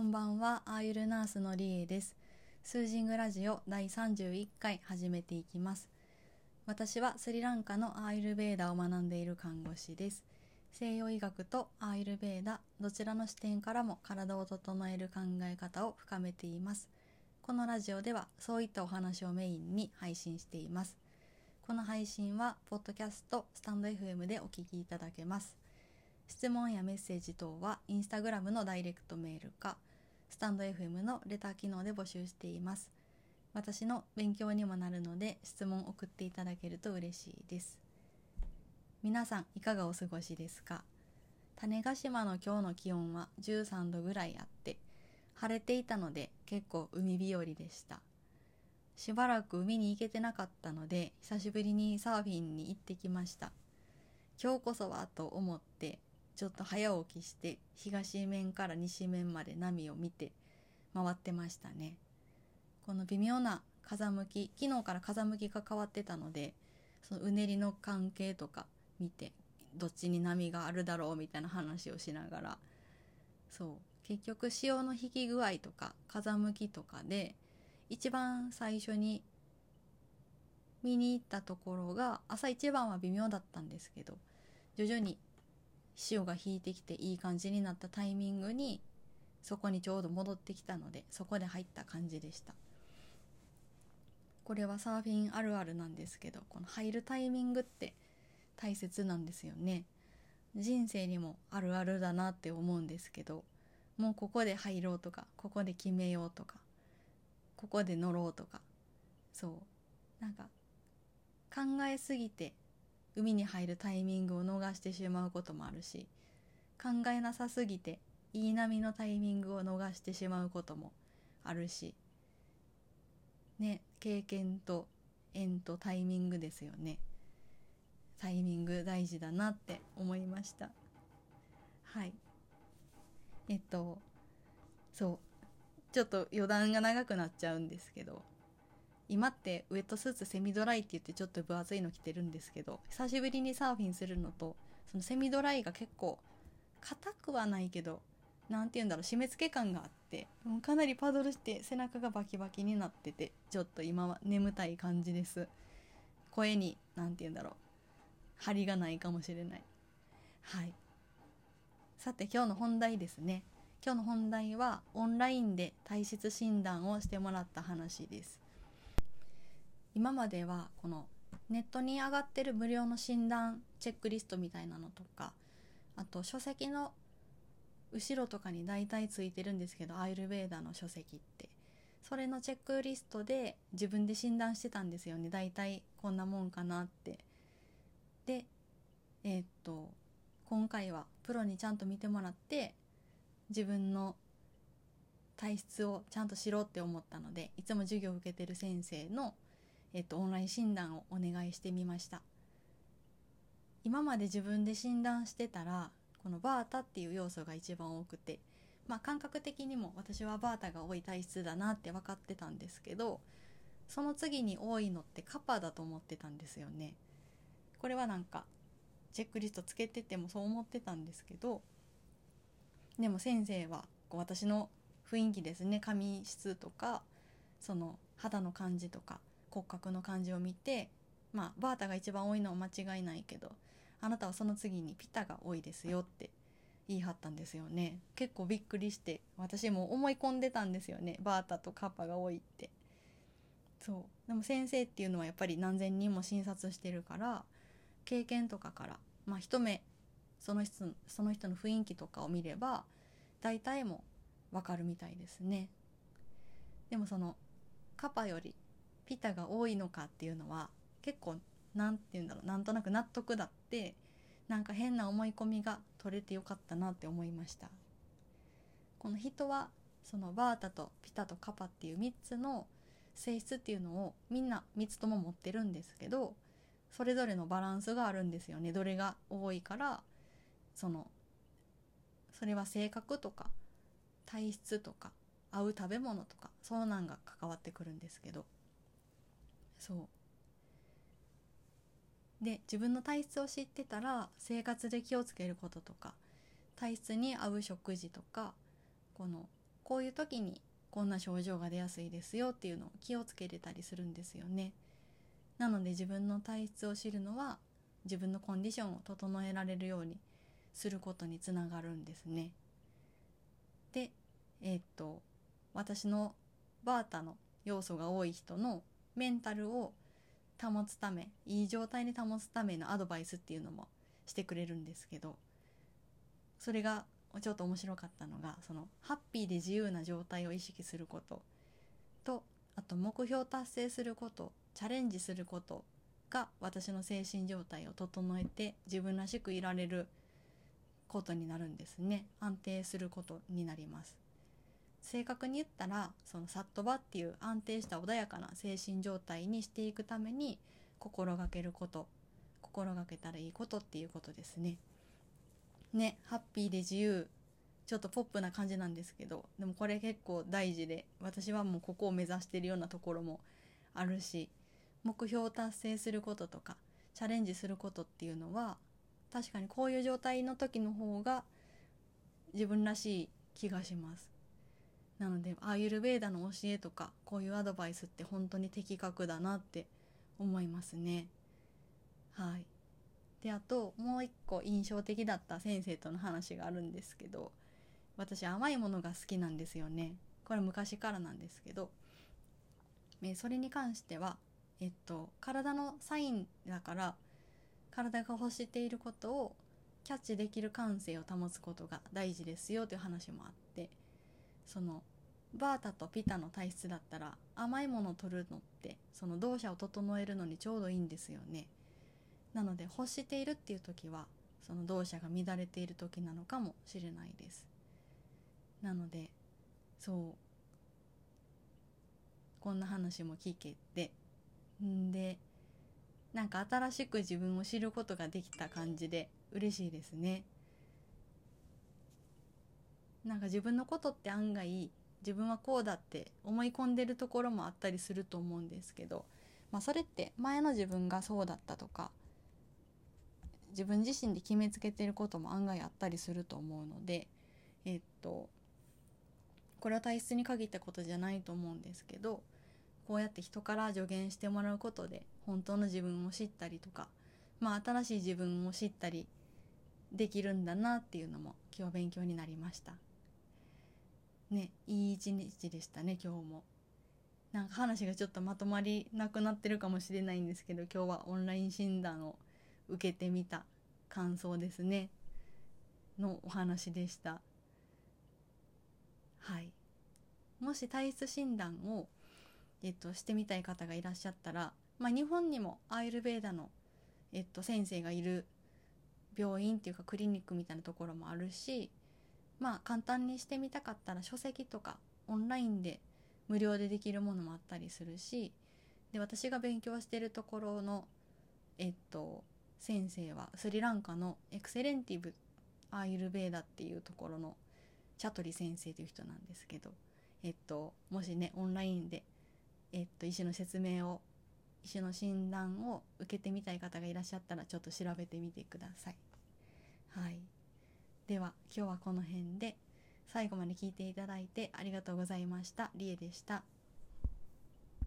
こんばんは、アーユルナースのりえです。スージングラジオ第31回始めていきます。私はスリランカのアーユルベーダを学んでいる看護師です。西洋医学とアーユルベーダ、どちらの視点からも体を整える考え方を深めています。このラジオではそういったお話をメインに配信しています。この配信はポッドキャスト、スタンド FM でお聞きいただけます。質問やメッセージ等はインスタグラムのダイレクトメールかスタンド FM のレター機能で募集しています。私の勉強にもなるので質問を送っていただけると嬉しいです。皆さんいかがお過ごしですか？種子島の今日の気温は13度ぐらいあって晴れていたので結構海日和でした。しばらく海に行けてなかったので久しぶりにサーフィンに行ってきました。今日こそはと思ってちょっと早起きして東面から西面まで波を見て回ってましたね。この微妙な風向き、昨日から風向きが変わってたのでそのうねりの関係とか見てどっちに波があるだろうみたいな話をしながら、結局潮の引き具合とか風向きとかで一番最初に見に行ったところが朝一番は微妙だったんですけど、徐々に潮が引いてきていい感じになったタイミングにそこにちょうど戻ってきたのでそこで入った感じでした。これはサーフィンあるあるなんですけど、この入るタイミングって大切なんですよね。人生にもあるあるだなって思うんですけど、もうここで入ろうとかここで決めようとかここで乗ろうとか、なんか考えすぎて海に入るタイミングを逃してしまうこともあるし、考えなさすぎていい波のタイミングを逃してしまうこともあるしね。経験と縁とタイミングですよね。タイミング大事だなって思いました。はい。ちょっと余談が長くなっちゃうんですけど、今ってウェットスーツセミドライって言ってちょっと分厚いの着てるんですけど、久しぶりにサーフィンするのとそのセミドライが結構硬くはないけどなんて言うんだろう、締め付け感があってかなりパドルして背中がバキバキになってて、ちょっと今は眠たい感じです。声になんて言うんだろう、張りがないかもしれない。はい。さて今日の本題ですね。今日の本題はオンラインで体質診断をしてもらった話です。今まではこのネットに上がってる無料の診断チェックリストみたいなのとか、あと書籍の後ろとかに大体ついてるんですけど、アーユルヴェーダの書籍ってそれのチェックリストで自分で診断してたんですよね。大体こんなもんかなって。で今回はプロにちゃんと見てもらって自分の体質をちゃんと知ろうって思ったので、いつも授業を受けてる先生の、オンライン診断をお願いしてみました。今まで自分で診断してたらこのバータっていう要素が一番多くて、感覚的にも私はバータが多い体質だなって分かってたんですけど、その次に多いのってカパだと思ってたんですよね。これはなんかチェックリストつけててもそう思ってたんですけど、でも先生は私の雰囲気ですね、髪質とかその肌の感じとか骨格の感じを見て、バータが一番多いのは間違いないけどあなたはその次にピタが多いですよって言い張ったんですよね。結構びっくりして、私も思い込んでたんですよね、バータとカッパが多いって。でも先生っていうのはやっぱり何千人も診察してるから経験とかから、一目その人の雰囲気とかを見れば大体もわかるみたいですね。でもそのカパよりピタが多いのかっていうのは結構なんていうんだろう、なんとなく納得だって、なんか変な思い込みが取れてよかったなって思いました。この人はそのバータとピタとカパっていう3つの性質っていうのをみんな3つとも持ってるんですけど、それぞれのバランスがあるんですよね。どれが多いからそれは性格とか体質とか合う食べ物とかそうなんが関わってくるんですけど、で自分の体質を知ってたら生活で気をつけることとか体質に合う食事とかこのこういう時にこんな症状が出やすいですよっていうのを気をつけれたりするんですよね。なので自分の体質を知るのは自分のコンディションを整えられるようにすることにつながるんですね。で、私のバータの要素が多い人のメンタルを保つため、いい状態に保つためのアドバイスっていうのもしてくれるんですけど、それがちょっと面白かったのが、そのハッピーで自由な状態を意識することと、あと目標達成すること、チャレンジすることが私の精神状態を整えて自分らしくいられることになるんですね。安定することになります。正確に言ったら、そのサットバっていう安定した穏やかな精神状態にしていくために心がけること、心がけたらいいことっていうことですね。ハッピーで自由、ちょっとポップな感じなんですけど、でもこれ結構大事で、私はもうここを目指しているようなところもあるし、目標を達成することとかチャレンジすることっていうのは確かにこういう状態の時の方が自分らしい気がします。なのでアーユルヴェーダの教えとかこういうアドバイスって本当に的確だなって思いますね。はい。で、あともう一個印象的だった先生との話があるんですけど、私甘いものが好きなんですよね。これ昔からなんですけど、それに関しては体のサインだから、体が欲していることをキャッチできる感性を保つことが大事ですよという話もあって、そのバータとピタの体質だったら甘いものを取るのってその動作を整えるのにちょうどいいんですよね。なので欲しているっていう時はその動作が乱れている時なのかもしれないです。なのでこんな話も聞けて、でなんか新しく自分を知ることができた感じで嬉しいですね。なんか自分のことって案外自分はこうだって思い込んでるところもあったりすると思うんですけど、それって前の自分がそうだったとか自分自身で決めつけてることも案外あったりすると思うので、これは体質に限ったことじゃないと思うんですけど、こうやって人から助言してもらうことで本当の自分を知ったりとか、新しい自分を知ったりできるんだなっていうのも今日勉強になりましたね。いい一日でしたね今日も。なんか話がちょっとまとまりなくなってるかもしれないんですけど、今日はオンライン診断を受けてみた感想ですねのお話でした。はい。もし体質診断をしてみたい方がいらっしゃったら、日本にもアーユルヴェーダの先生がいる病院っていうかクリニックみたいなところもあるし、簡単にしてみたかったら書籍とかオンラインで無料でできるものもあったりするし、で私が勉強しているところの先生はスリランカのエクセレンティブアーユルヴェーダっていうところのチャトリ先生という人なんですけど、もしねオンラインで医師の説明を医師の診断を受けてみたい方がいらっしゃったらちょっと調べてみてください。はい。では今日はこの辺で、最後まで聞いていただいてありがとうございました。りえでした。